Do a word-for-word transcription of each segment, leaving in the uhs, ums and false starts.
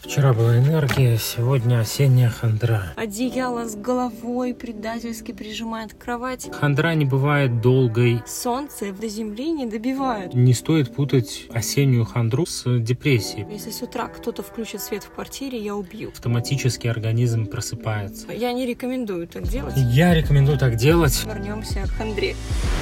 Вчера была энергия, сегодня осенняя хандра. Одеяло с головой предательски прижимает к кровати. Хандра не бывает долгой. Солнце до земли не добивает. Не стоит путать осеннюю хандру с депрессией. Если с утра кто-то включит свет в квартире, я убью. Автоматически организм просыпается. Я не рекомендую так делать. Я рекомендую так делать. Вернемся к хандре.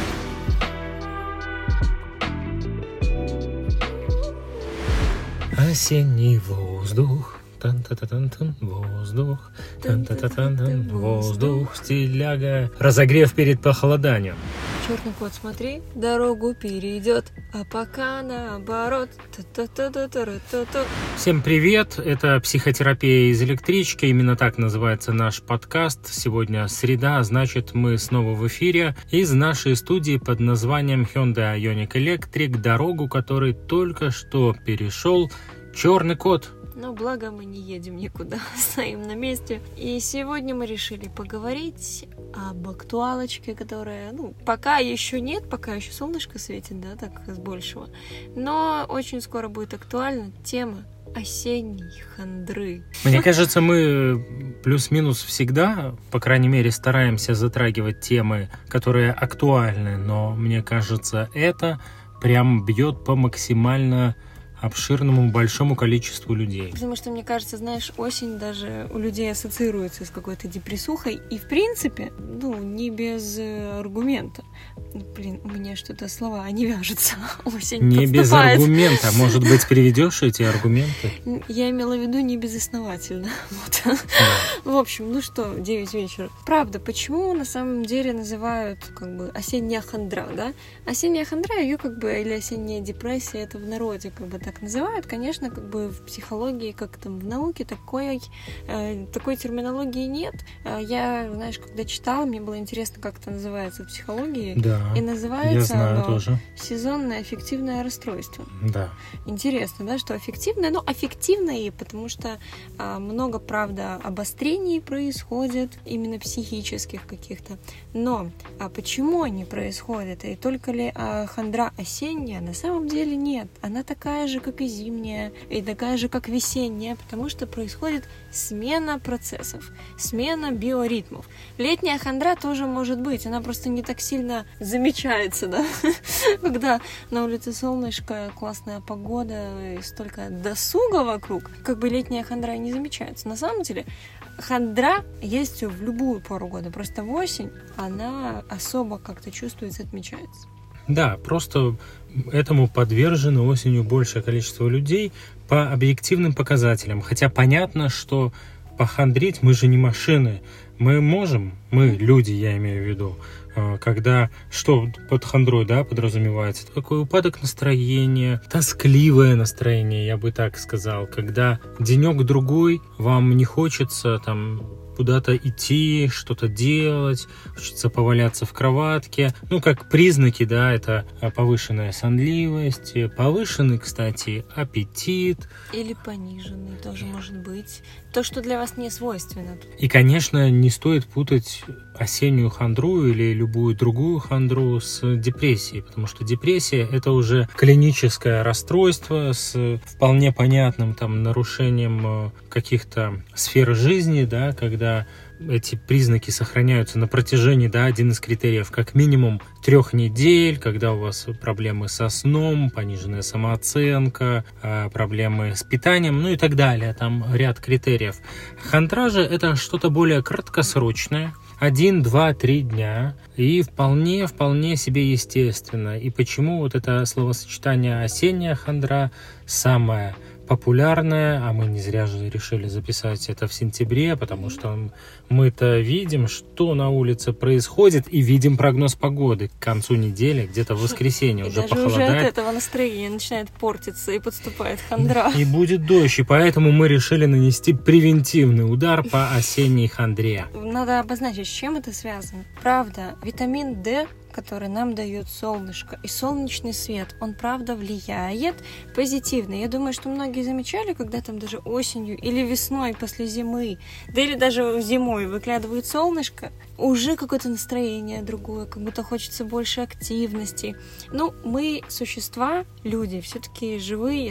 Осенний воздух, тан-та-та-тан-тан, воздух, тан-та-та-тан-тан, воздух, стиляга, разогрев перед похолоданием. Черный кот, смотри, дорогу перейдет, а пока наоборот. Та-та-та-та-та-та-та. Всем привет, это психотерапия из электрички, именно так называется наш подкаст. Сегодня среда, значит мы снова в эфире из нашей студии под названием Hyundai Ioniq Electric, дорогу, который только что перешел черный кот. Но благо мы не едем никуда, стоим на месте. И сегодня мы решили поговорить об актуалочке, которая, ну, пока еще нет, пока еще солнышко светит, да, так с большего. Но очень скоро будет актуальна тема осенней хандры. Мне кажется, мы плюс-минус всегда, по крайней мере, стараемся затрагивать темы, которые актуальны, но мне кажется, это прям бьет по максимально обширному большому количеству людей. Потому что, мне кажется, знаешь, осень даже у людей ассоциируется с какой-то депрессухой. И, в принципе, ну, не без аргумента. Блин, у меня что-то слова не вяжутся. Осень Не подступает. без аргумента. Может быть, приведешь эти аргументы? Я имела в виду не безосновательно. Вот. Да. В общем, ну что, девять вечера. Правда, почему на самом деле называют как бы осенняя хандра, да? Осенняя хандра, ее как бы, или осенняя депрессия, это в народе как бы так называют. Конечно, как бы в психологии, как там в науке, такой, э, такой терминологии нет. Э, я, знаешь, когда читала, мне было интересно, как это называется в психологии. Да, и называется я знаю оно тоже. сезонное аффективное расстройство. Да. Интересно, да, что аффективное, ну, аффективное, потому что э, много, правда, обострений происходит, именно психических каких-то. Но а почему они происходят? И только ли э, хандра осенняя? На самом деле нет. Она такая же, как и зимняя, и такая же, как весенняя, потому что происходит смена процессов, смена биоритмов. Летняя хандра тоже может быть, она просто не так сильно замечается, да, когда на улице солнышко, классная погода и столько досуга вокруг, как бы летняя хандра не замечается. На самом деле хандра есть в любую пору года, просто в осень она особо как-то чувствуется, отмечается. Да, просто этому подвержено осенью большее количество людей по объективным показателям. Хотя понятно, что похандрить мы же не машины. Мы можем, мы люди, я имею в виду, когда, что под хандрой, да, подразумевается, это какой упадок настроения, тоскливое настроение, я бы так сказал, когда денек-другой вам не хочется там куда-то идти, что-то делать, хочется поваляться в кроватке. Ну, как признаки, да, это повышенная сонливость, повышенный, кстати, аппетит. Или пониженный тоже может быть. То, что для вас не свойственно. И, конечно, не стоит путать осеннюю хандру или любую другую хандру с депрессией, потому что депрессия – это уже клиническое расстройство с вполне понятным там нарушением каких-то сфер жизни, да, когда эти признаки сохраняются на протяжении, да, один из критериев, как минимум трех недель, когда у вас проблемы со сном, пониженная самооценка, проблемы с питанием, ну и так далее, там ряд критериев. Хандра же это что-то более краткосрочное, один, два, три дня, и вполне, вполне себе естественно. И почему вот это словосочетание осенняя хандра самое популярная, а мы не зря же решили записать это в сентябре, потому что мы-то видим, что на улице происходит, и видим прогноз погоды к концу недели, где-то в воскресенье уже похолодает. Даже уже от этого настроение начинает портиться, и подступает хандра. И будет дождь, и поэтому мы решили нанести превентивный удар по осенней хандре. Надо обозначить, с чем это связано. Правда, витамин D, который нам дает солнышко, и солнечный свет, он правда влияет позитивно. Я думаю, что многие замечали, когда там даже осенью или весной после зимы, да или даже зимой выглядывает солнышко, уже какое-то настроение другое, как будто хочется больше активности. Ну, мы существа, люди, все-таки живые,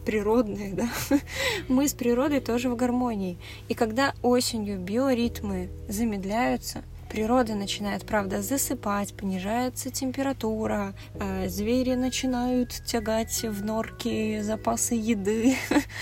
природные, да, мы с природой тоже в гармонии. И когда осенью биоритмы замедляются, природа начинает, правда, засыпать, понижается температура, э, звери начинают тягать в норки запасы еды,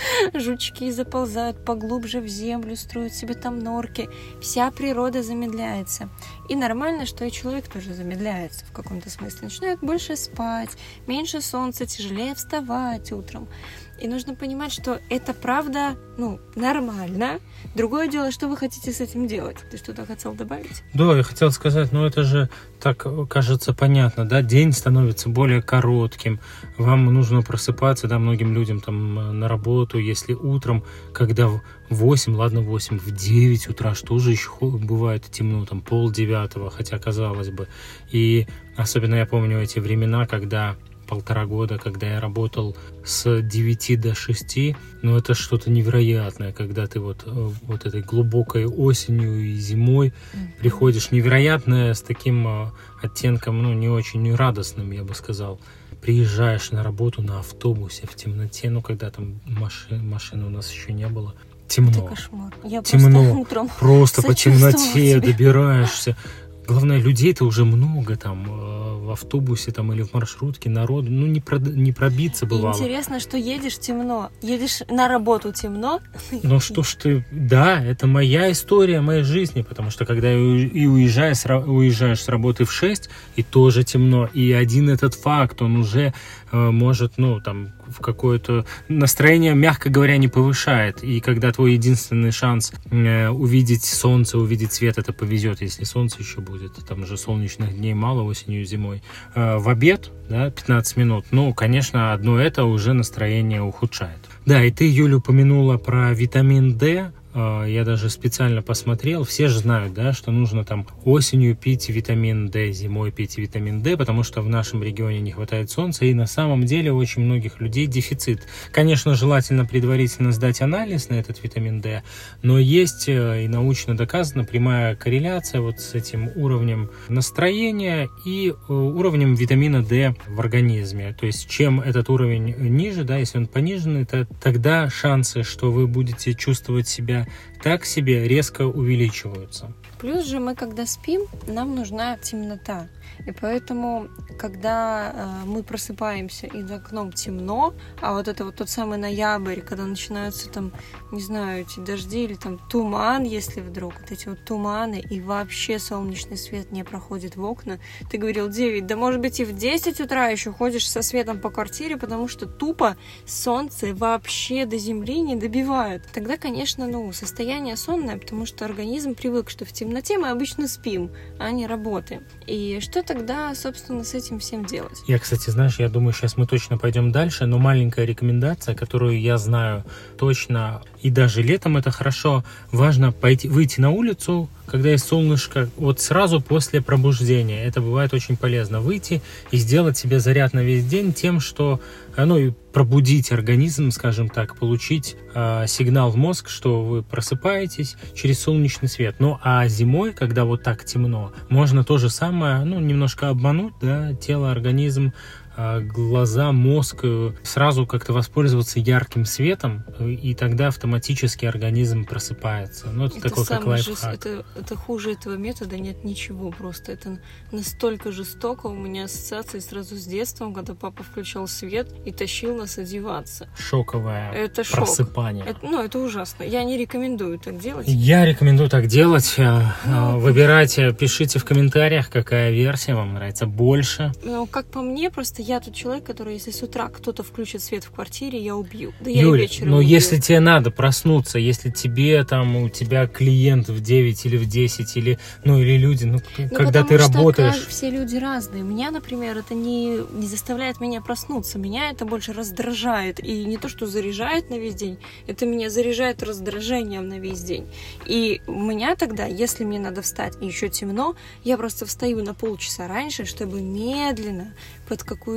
жучки заползают поглубже в землю, строят себе там норки. Вся природа замедляется. И нормально, что и человек тоже замедляется в каком-то смысле. Начинает больше спать, меньше солнца, тяжелее вставать утром. И нужно понимать, что это правда, ну, нормально. Другое дело, что вы хотите с этим делать. Ты что-то хотел добавить? Да, я хотел сказать, ну это же так кажется понятно, да, день становится более коротким, вам нужно просыпаться, да, многим людям там на работу, если утром, когда в восемь, ладно, в восемь, в девять утра, что же еще бывает темно, там пол девятого, хотя казалось бы. И особенно я помню эти времена, когда полтора года, когда я работал с девяти до шести, ну это что-то невероятное, когда ты вот, вот этой глубокой осенью и зимой mm-hmm. приходишь, невероятное, с таким оттенком, ну не очень радостным, я бы сказал. Приезжаешь на работу на автобусе в темноте, ну когда там машин, машин у нас еще не было, темно. Это кошмар. Я темно, просто утром просто по темноте тебе. добираешься. Главное, людей-то уже много там в автобусе там, или в маршрутке, народу, ну не, про, не пробиться бывало. Интересно, что едешь темно, едешь на работу темно. Ну что ж ты, да, это моя история моей жизни, потому что когда и уезжаешь, уезжаешь с работы в шесть, и тоже темно, и один этот факт, он уже э, может, ну там, в какое-то настроение, мягко говоря, не повышает. И когда твой единственный шанс э, увидеть солнце, увидеть свет, это повезет, если солнце еще будет. Там же солнечных дней мало осенью и зимой. Э, в обед, да, пятнадцать минут, ну, конечно, одно это уже настроение ухудшает. Да, и ты, Юля, упомянула про витамин D. Я даже специально посмотрел, все же знают, да, что нужно там осенью пить витамин D, зимой пить витамин D, потому что в нашем регионе не хватает солнца, и на самом деле у очень многих людей дефицит. Конечно, желательно предварительно сдать анализ на этот витамин D, но есть и научно доказана прямая корреляция вот с этим уровнем настроения и уровнем витамина D в организме. То есть, чем этот уровень ниже, да, если он пониженный, то тогда шансы, что вы будете чувствовать себя так себе, резко увеличиваются. Плюс же мы, когда спим, нам нужна темнота. И поэтому, когда э, мы просыпаемся и за окном темно, а вот это вот тот самый ноябрь, когда начинаются там, не знаю, эти дожди или там туман, если вдруг, вот эти вот туманы, и вообще солнечный свет не проходит в окна. Ты говорил девять, да может быть и в десять утра еще ходишь со светом по квартире, потому что тупо солнце вообще до земли не добивает. Тогда, конечно, ну, состояние сонное, потому что организм привык, что в темноте мы обычно спим, а не работаем. И что тогда, собственно, с этим всем делать? Я, кстати, знаешь, я думаю, сейчас мы точно пойдем дальше, но маленькая рекомендация, которую я знаю точно, и даже летом это хорошо, важно пойти, выйти на улицу, когда есть солнышко, вот сразу после пробуждения. Это бывает очень полезно. Выйти и сделать себе заряд на весь день тем, что, ну, и пробудить организм, скажем так, получить э, сигнал в мозг, что вы просыпаетесь через солнечный свет. Ну, а зимой, когда вот так темно, можно то же самое, ну, немножко обмануть, да, тело, организм, э, глаза, мозг, э, сразу как-то воспользоваться ярким светом, и тогда автоматически организм просыпается. Ну, это, это такой, как лайфхак. Это, это хуже этого метода нет ничего просто. Это настолько жестоко. У меня ассоциации сразу с детством, когда папа включал свет и тащил нас одеваться. Шоковое это просыпание. Это, ну, это ужасно. Я не рекомендую так делать. Я рекомендую так делать. Ну, Выбирайте, пишите в комментариях, какая версия вам нравится больше. Ну, как по мне, просто я тот человек, который, если с утра кто-то включит свет в квартире, я убью. Да я Юля, и вечером но убью. если тебе надо проснуться, если тебе там, у тебя клиент в девять или в десять, или, ну, или люди, ну, ну когда ты работаешь. Потому что все люди разные. Меня, например, это не, не заставляет меня проснуться. Меня это больше раздражает. И не то, что заряжает на весь день, это меня заряжает раздражением на весь день. И у меня тогда, если мне надо встать и еще темно, я просто встаю на полчаса раньше, чтобы медленно под какую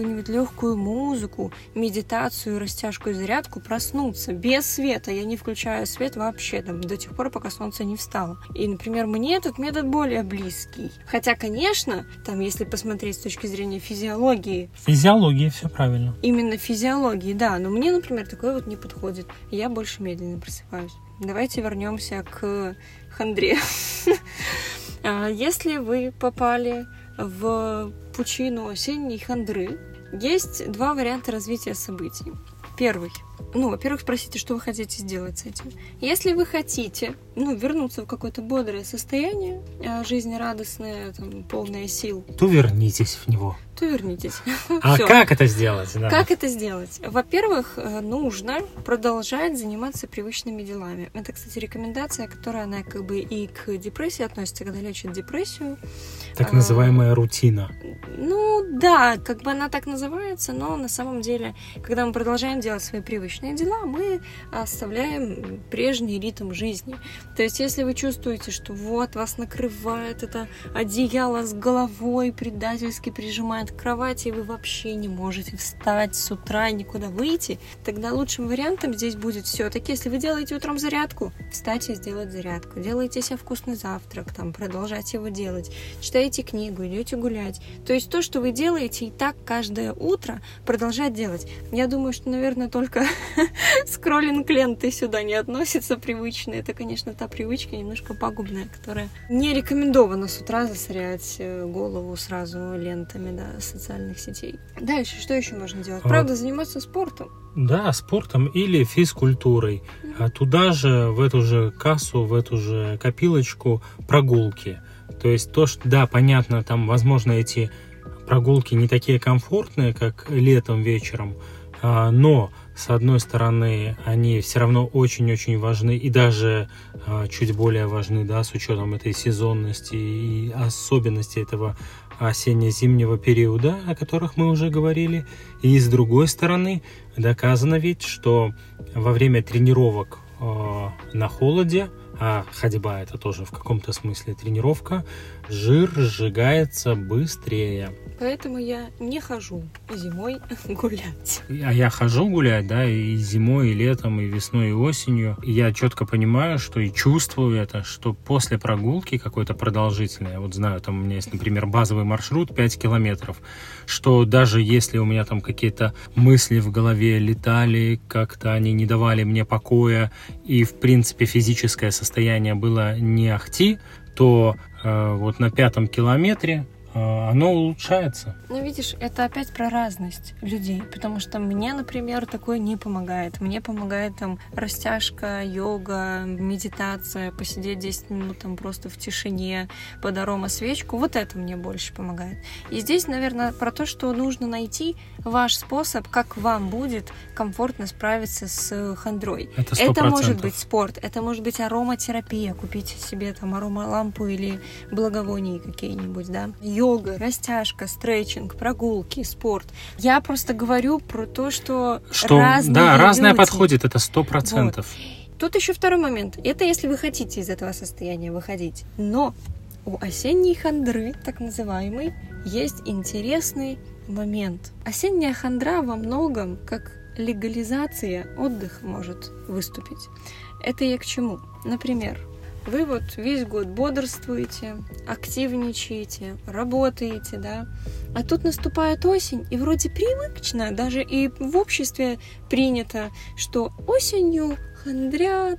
какую-нибудь легкую музыку, медитацию, растяжку и зарядку, проснуться без света. Я не включаю свет вообще там, до тех пор, пока солнце не встало. И, например, мне этот метод более близкий. Хотя, конечно, там, если посмотреть с точки зрения физиологии... Физиология, все правильно. Именно физиологии, да. Но мне, например, такое вот не подходит. Я больше медленно просыпаюсь. Давайте вернемся к хандре. Если вы попали в пучину осенней хандры, есть два варианта развития событий. Первый. Ну, во-первых, спросите, что вы хотите сделать с этим. Если вы хотите, ну, вернуться в какое-то бодрое состояние, жизнерадостное, там, полное сил, то вернитесь в него. То вернитесь. А Всё. Как это сделать? Да. Как это сделать? Во-первых, нужно продолжать заниматься привычными делами. Это, кстати, рекомендация, которая, она как бы и к депрессии относится, когда лечат депрессию. Так называемая а, рутина. Ну, да, как бы она так называется, но на самом деле, когда мы продолжаем делать свои привычные дела, мы оставляем прежний ритм жизни. То есть, если вы чувствуете, что вот вас накрывает это одеяло с головой, предательски прижимает к кровати, и вы вообще не можете встать с утра и никуда выйти, тогда лучшим вариантом здесь будет все-таки, если вы делаете утром зарядку, встать и сделать зарядку. Делаете себе вкусный завтрак, там, продолжать его делать. Читаете книгу, идете гулять. То есть то, что вы делаете и так каждое утро, продолжать делать. Я думаю, что, наверное, только скроллинг ленты сюда не относится привычно. Это, конечно, та привычка немножко пагубная, которая не рекомендована с утра засорять голову сразу лентами, да, социальных сетей. Дальше, что еще можно делать? Правда, заниматься спортом. Да, спортом или физкультурой. Mm-hmm. А туда же, в эту же кассу, в эту же копилочку прогулки. То есть то, что, да, понятно, там, возможно, эти прогулки не такие комфортные, как летом вечером, а, но, с одной стороны, они все равно очень-очень важны и даже а, чуть более важны, да, с учетом этой сезонности и особенностей этого осенне-зимнего периода, о которых мы уже говорили. И с другой стороны, доказано ведь, что во время тренировок э, на холоде, а ходьба это тоже в каком-то смысле тренировка, жир сжигается быстрее. Поэтому я не хожу зимой гулять. А я хожу гулять, да, и зимой, и летом, и весной, и осенью. И я четко понимаю, что и чувствую это, что после прогулки какой-то продолжительной, я вот знаю, там у меня есть, например, базовый маршрут пять километров, что даже если у меня там какие-то мысли в голове летали, как-то они не давали мне покоя, и, в принципе, физическое состояние было не ахти, то э, вот на пятом километре оно улучшается. Ну, видишь, это опять про разность людей, потому что мне, например, такое не помогает. Мне помогает там растяжка, йога, медитация, посидеть десять минут там просто в тишине, под аромасвечку. Вот это мне больше помогает. И здесь, наверное, про то, что нужно найти ваш способ, как вам будет комфортно справиться с хандрой. Это сто процентов. Это может быть спорт, это может быть ароматерапия, купить себе там аромалампу или благовония какие-нибудь, да, йога, растяжка, стретчинг, прогулки, спорт. Я просто говорю про то, что, что разные да, разное люди. Подходит, это сто процентов. Вот. Тут еще второй момент. Это если вы хотите из этого состояния выходить. Но у осенней хандры, так называемой, есть интересный момент. Осенняя хандра во многом как легализация отдыха может выступить. Это я к чему? Например, вы вот весь год бодрствуете, активничаете, работаете, да, а тут наступает осень, и вроде привычно, даже и в обществе принято, что осенью хандрят,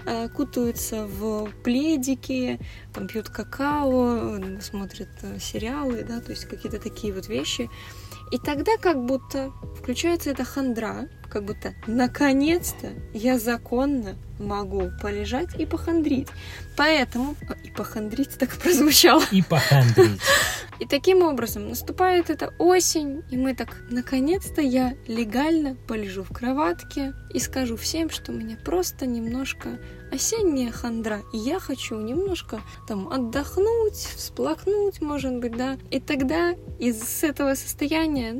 кутаются в пледики, там пьют какао, смотрят сериалы, да, то есть какие-то такие вот вещи. И тогда как будто включается эта хандра, как будто наконец-то я законно могу полежать и похандрить. Поэтому... И похандрить так прозвучало. И похандрить. И таким образом наступает эта осень, и мы так, наконец-то я легально полежу в кроватке и скажу всем, что у меня просто немножко осенняя хандра, и я хочу немножко там отдохнуть, всплакнуть, может быть, да. И тогда из этого состояния, ну,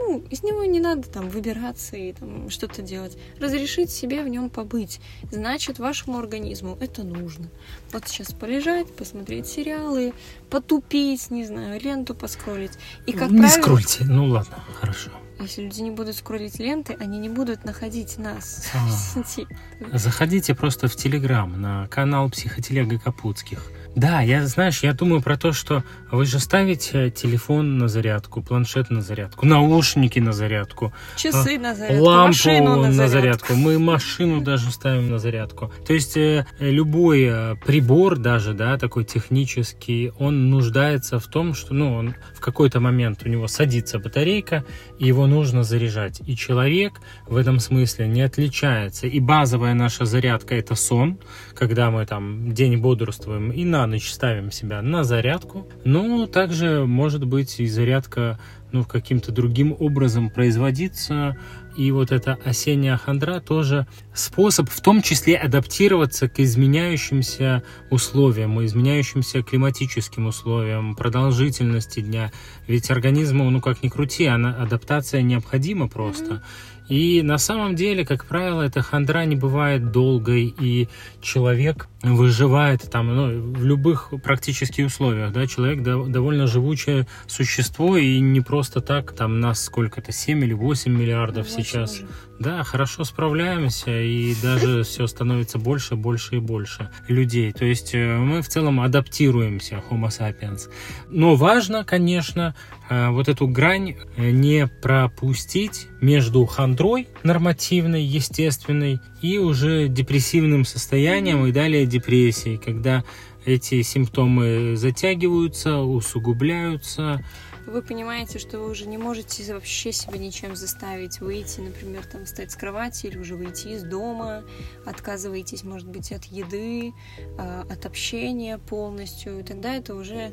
ну, из него не надо там выбираться и там что-то делать. Разрешить себе в нем побыть. Значит, вашему организму это нужно. Вот сейчас полежать, посмотреть сериалы, потупить, не знаю, ленту поскроллить. И, как не правило, скрольте, ну ладно, хорошо. Если люди не будут скроллить ленты, они не будут находить нас А. в сети. Заходите просто в Телеграм на канал Психотелега Капуцких. Да, я, знаешь, я думаю про то, что вы же ставите телефон на зарядку, планшет на зарядку, наушники на зарядку, Часы на зарядку, лампу машину на на зарядку. зарядку. Мы машину даже ставим на зарядку. То есть э, любой э, прибор даже, да, такой технический, он нуждается в том, что, ну, он в какой-то момент у него садится батарейка, и его нужно заряжать. И человек в этом смысле не отличается. И базовая наша зарядка – это сон, когда мы там день бодрствуем и на ночь ставим себя на зарядку. Но также может быть и зарядка, ну, каким-то другим образом производиться. И вот эта осенняя хандра тоже способ в том числе адаптироваться к изменяющимся условиям, изменяющимся климатическим условиям, продолжительности дня. Ведь организму, ну как ни крути, она, адаптация необходима просто. Mm-hmm. И на самом деле, как правило, эта хандра не бывает долгой, и человек выживает там, ну, в любых практически условиях. Да? Человек до, довольно живучее существо, и не просто так, там нас сколько-то, семь или восемь миллиардов ну, сейчас. Уже. Да, хорошо справляемся, и даже все становится больше, больше и больше людей. То есть мы в целом адаптируемся, Homo sapiens. Но важно, конечно, вот эту грань не пропустить между хандрой нормативной, естественной, и уже депрессивным состоянием, и далее депрессией, когда эти симптомы затягиваются, усугубляются. Вы понимаете, что вы уже не можете вообще себя ничем заставить выйти, например, там, встать с кровати или уже выйти из дома, отказываетесь, может быть, от еды, от общения полностью, и тогда это уже,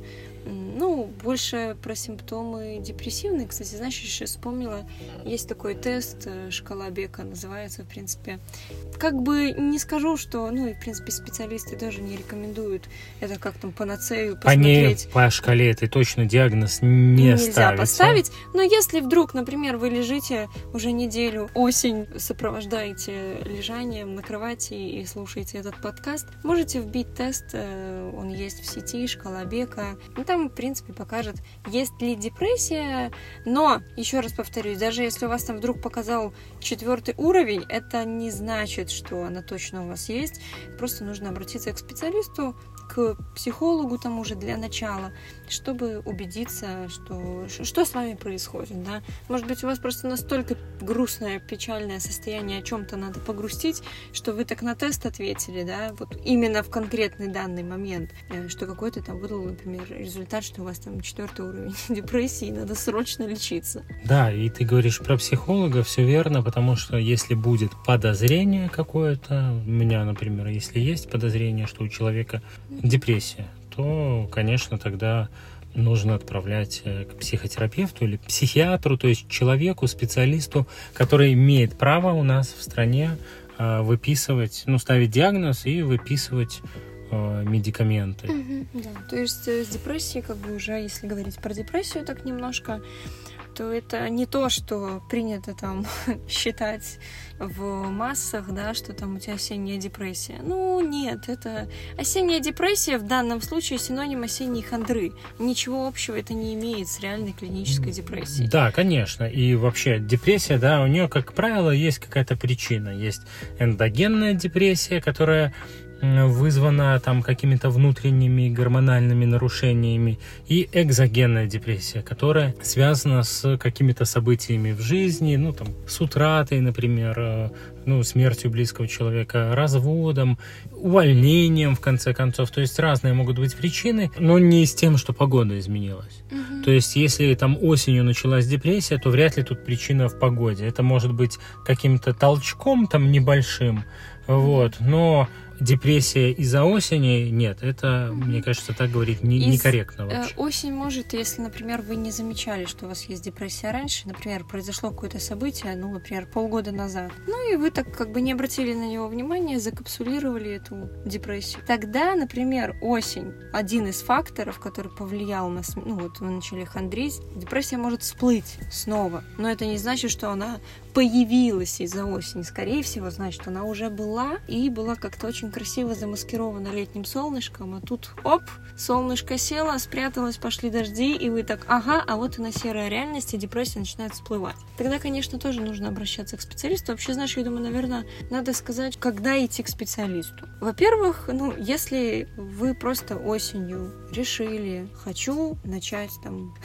ну, больше про симптомы депрессивные. Кстати, знаешь, еще вспомнила, есть такой тест, шкала Бека называется, в принципе. Как бы не скажу, что, ну, и, в принципе, специалисты тоже не рекомендуют это как там панацею посмотреть. По, не, по шкале этой точно диагноз не нельзя ставится. поставить. Но если вдруг, например, вы лежите уже неделю, осень, сопровождаете лежанием на кровати и слушаете этот подкаст, можете вбить тест, он есть в сети, шкала Бека. И там, в принципе, покажет, есть ли депрессия. Но, еще раз повторюсь, даже если у вас там вдруг показал четвертый уровень, это не значит, что она точно у вас есть. Просто нужно обратиться к специалисту, к психологу тому же для начала, чтобы убедиться, что, что с вами происходит, да. Может быть, у вас просто настолько грустное, печальное состояние, о чем-то надо погрустить, что вы так на тест ответили, да, вот именно в конкретный данный момент, что какой-то там выдал, например, результат, что у вас там четвертый уровень депрессии, надо срочно лечиться. Да, и ты говоришь про психолога, все верно, потому что если будет подозрение какое-то, у меня, например, если есть подозрение, что у человека депрессия, то, конечно, тогда нужно отправлять к психотерапевту или психиатру, то есть человеку, специалисту, который имеет право у нас в стране выписывать, ну, ставить диагноз и выписывать медикаменты. Mm-hmm, да, то есть с депрессией, как бы уже, если говорить про депрессию так немножко, то это не то, что принято там считать в массах, да, что там у тебя осенняя депрессия. Ну, нет, это осенняя депрессия в данном случае синоним осенней хандры. Ничего общего это не имеет с реальной клинической депрессией. Да, конечно. И вообще депрессия, да, у нее, как правило, есть какая-то причина. Есть эндогенная депрессия, которая вызвана там какими-то внутренними гормональными нарушениями, и экзогенная депрессия, которая связана с какими-то событиями в жизни, ну там с утратой, например, ну, смертью близкого человека, разводом, увольнением, в конце концов. То есть разные могут быть причины, но не с тем, что погода изменилась. Угу. То есть если там осенью началась депрессия, то вряд ли тут причина в погоде. Это может быть каким-то толчком там небольшим, вот, но депрессия из-за осени, нет, это, mm-hmm. мне кажется, так говорить не, из, некорректно вообще. Э, осень может, если, например, вы не замечали, что у вас есть депрессия раньше, например, произошло какое-то событие, ну, например, полгода назад, ну, и вы так как бы не обратили на него внимания, закапсулировали эту депрессию. Тогда, например, осень, один из факторов, который повлиял на... Ну, вот вы начали хандрить, депрессия может всплыть снова, но это не значит, что она появилась из-за осени. Скорее всего, значит, она уже была и была как-то очень красиво замаскирована летним солнышком, а тут, оп, солнышко село, спряталось, пошли дожди, и вы так, ага, а вот она серая реальность, и депрессия начинает всплывать. Тогда, конечно, тоже нужно обращаться к специалисту. Вообще, знаешь, я думаю, наверное, надо сказать, когда идти к специалисту. Во-первых, ну, если вы просто осенью решили, хочу начать там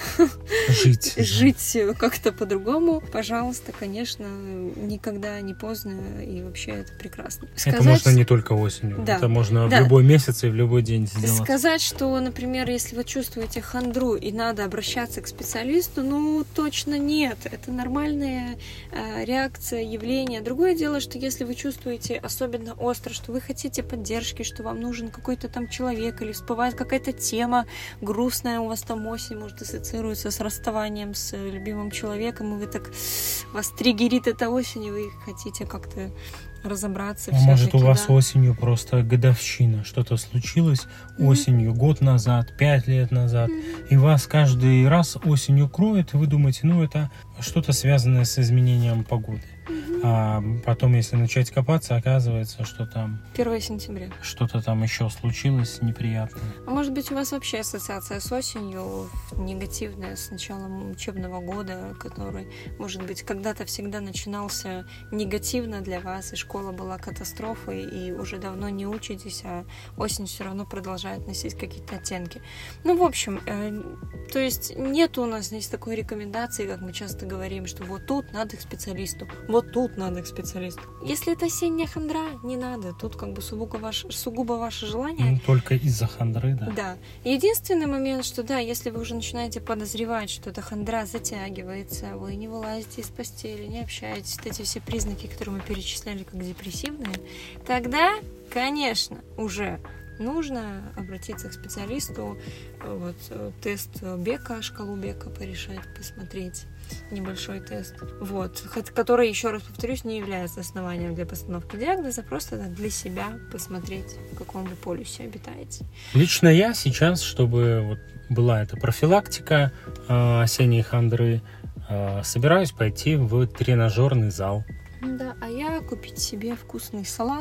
жить, жить как-то по-другому, пожалуйста, конечно, никогда не поздно, и вообще это прекрасно. Сказать... Это можно не только осенью, да. это можно да. в любой месяц и в любой день сделать. Сказать, что, например, если вы чувствуете хандру и надо обращаться к специалисту, ну, точно нет. Это нормальная э, реакция, явление. Другое дело, что если вы чувствуете особенно остро, что вы хотите поддержки, что вам нужен какой-то там человек, или всплывает какая-то тема грустная, у вас там осень, может, ассоциируется с расставанием с любимым человеком, и вы так, вас триггерит эта осень, и вы хотите как-то разобраться. А может, у вас да. осенью просто годовщина, что-то случилось mm-hmm. осенью, год назад, пять лет назад, mm-hmm. и вас каждый раз осенью кроет, и вы думаете, ну, это что-то связанное с изменением погоды. Mm-hmm. А потом, если начать копаться, оказывается, что там... первое сентября. Что-то там еще случилось неприятное. А может быть, у вас вообще ассоциация с осенью негативная, с началом учебного года, который, может быть, когда-то всегда начинался негативно для вас, и школа была катастрофой, и уже давно не учитесь, а осень все равно продолжает носить какие-то оттенки. Ну, в общем, э, то есть нет у нас здесь такой рекомендации, как мы часто говорим, что вот тут надо к специалисту, вот тут надо к специалисту. Если это осенняя хандра, не надо. Тут как бы сугубо ваше, сугубо ваше желание. Ну, только из-за хандры, да. Да. Единственный момент, что да, если вы уже начинаете подозревать, что эта хандра затягивается, вы не вылазите из постели, не общаетесь, вот эти все признаки, которые мы перечисляли как депрессивные, тогда, конечно, уже нужно обратиться к специалисту, вот, тест Бека, шкалу Бека порешать, посмотреть, небольшой тест, вот, который, еще раз повторюсь, не является основанием для постановки диагноза, просто для себя посмотреть, в каком вы полюсе обитаете. Лично я сейчас, чтобы вот была эта профилактика э, осенней хандры, э, собираюсь пойти в тренажерный зал. Да, а я купить себе вкусный салат,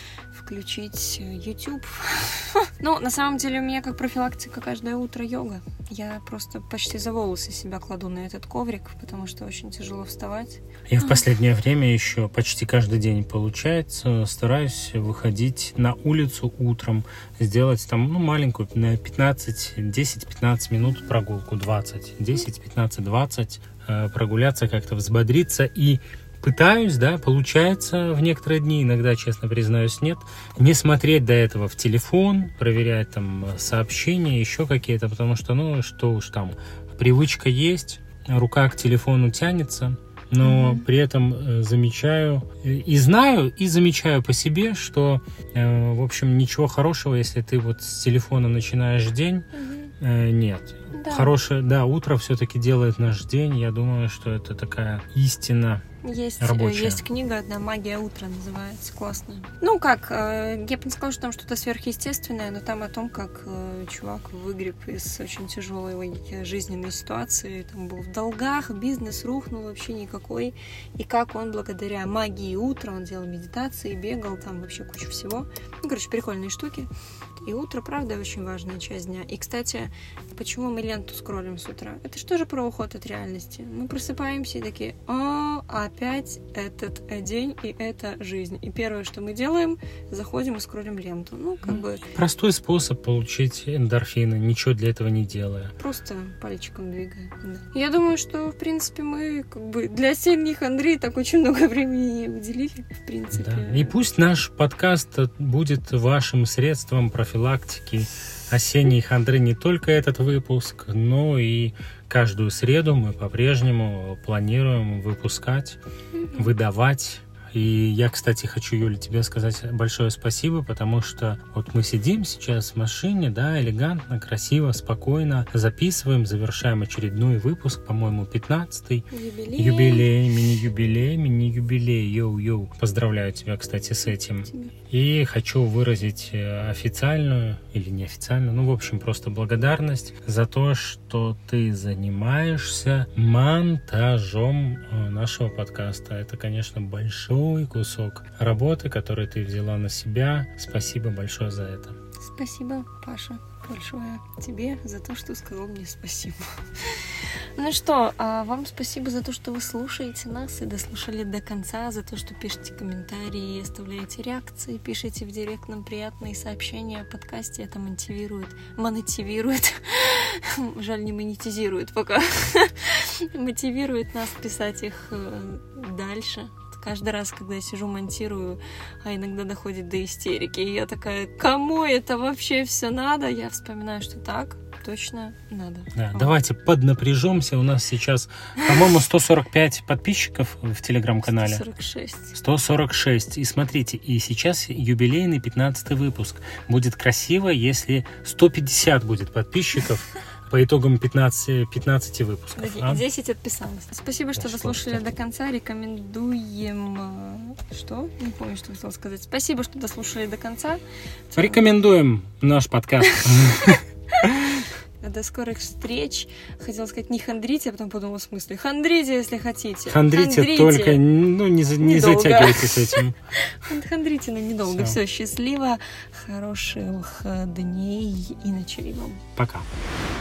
включить YouTube. Ну, на самом деле, у меня как профилактика каждое утро йога. Я просто почти за волосы себя кладу на этот коврик, потому что очень тяжело вставать. Я в последнее время еще почти каждый день, получается, стараюсь выходить на улицу утром, сделать там, ну, маленькую, на пятнадцать, десять-пятнадцать минут прогулку, двадцать, десять, пятнадцать, двадцать, прогуляться, как-то взбодриться и пытаюсь, да, получается в некоторые дни, иногда, честно признаюсь, нет, не смотреть до этого в телефон, проверять там сообщения, еще какие-то, потому что, ну, что уж там, привычка есть, рука к телефону тянется, но mm-hmm. при этом э, замечаю и знаю, и замечаю по себе, что, э, в общем, ничего хорошего, если ты вот с телефона начинаешь день, mm-hmm. э, нет. Да. Хорошее, да, утро все-таки делает наш день. Я думаю, что это такая истина есть, рабочая. Есть книга одна, «Магия утра» называется, классная. Ну как, я бы не сказала, что там что-то сверхъестественное, но там о том, как чувак выгреб из очень тяжелой жизненной ситуации, там был в долгах, бизнес рухнул вообще никакой, и как он благодаря магии утра, он делал медитации, бегал, там вообще куча всего. Ну, короче, прикольные штуки. И утро, правда, очень важная часть дня. И, кстати, почему мы ленту скроллим с утра? Это же тоже про уход от реальности. Мы просыпаемся и такие: о, опять этот день и эта жизнь. И первое, что мы делаем, заходим и скроллим ленту. Ну, как бы... Простой способ получить эндорфины, ничего для этого не делая. Просто пальчиком двигая. Да. Я думаю, что, в принципе, мы как бы для осенней хандры так очень много времени уделили, в принципе. Да. И пусть наш подкаст будет вашим средством профилактики осенней хандры, не только этот выпуск, но и каждую среду мы по-прежнему планируем выпускать, выдавать И я, кстати, хочу, Юля, тебе сказать большое спасибо, потому что вот мы сидим сейчас в машине, да, элегантно, красиво, спокойно записываем, завершаем очередной выпуск, по-моему, пятнадцатый. Юбилей. Юбилей, мини-юбилей, мини-юбилей, йоу-йоу. Поздравляю тебя, кстати, с этим. Тебе. И хочу выразить официальную или неофициальную, ну, в общем, просто благодарность за то, что ты занимаешься монтажом нашего подкаста. Это, конечно, большой кусок работы, который ты взяла на себя. Спасибо большое за это. Спасибо, Паша, большое тебе за то, что сказал мне спасибо. Ну что, а вам спасибо за то, что вы слушаете нас и дослушали до конца, за то, что пишете комментарии, оставляете реакции, пишите в директ нам приятные сообщения о подкасте. Это мотивирует, монетизирует, жаль, не монетизирует пока, мотивирует нас писать их дальше. Каждый раз, когда я сижу, монтирую, а иногда доходит до истерики, и я такая, кому это вообще все надо? Я вспоминаю, что так точно надо. Да, вот. Давайте поднапряжемся. У нас сейчас, по-моему, сто сорок пять подписчиков в телеграм-канале. сто сорок шесть. сто сорок шесть. И смотрите, и сейчас юбилейный пятнадцатый выпуск. Будет красиво, если сто пятьдесят будет подписчиков. По итогам пятнадцати, пятнадцати выпусков. А? десять отписалось. Спасибо, что да, вы слушали до конца. Рекомендуем... Что? Не помню, что хотела сказать. Спасибо, что дослушали до конца. Рекомендуем наш подкаст. До скорых встреч. Хотела сказать не хандрите, а потом подумала в смысле. Хандрите, если хотите. Хандрите, хандрите. Только ну, не, не затягивайте с этим. Хандрите, но недолго. Все. Все, счастливо. Хороших дней и ночей вам. Пока.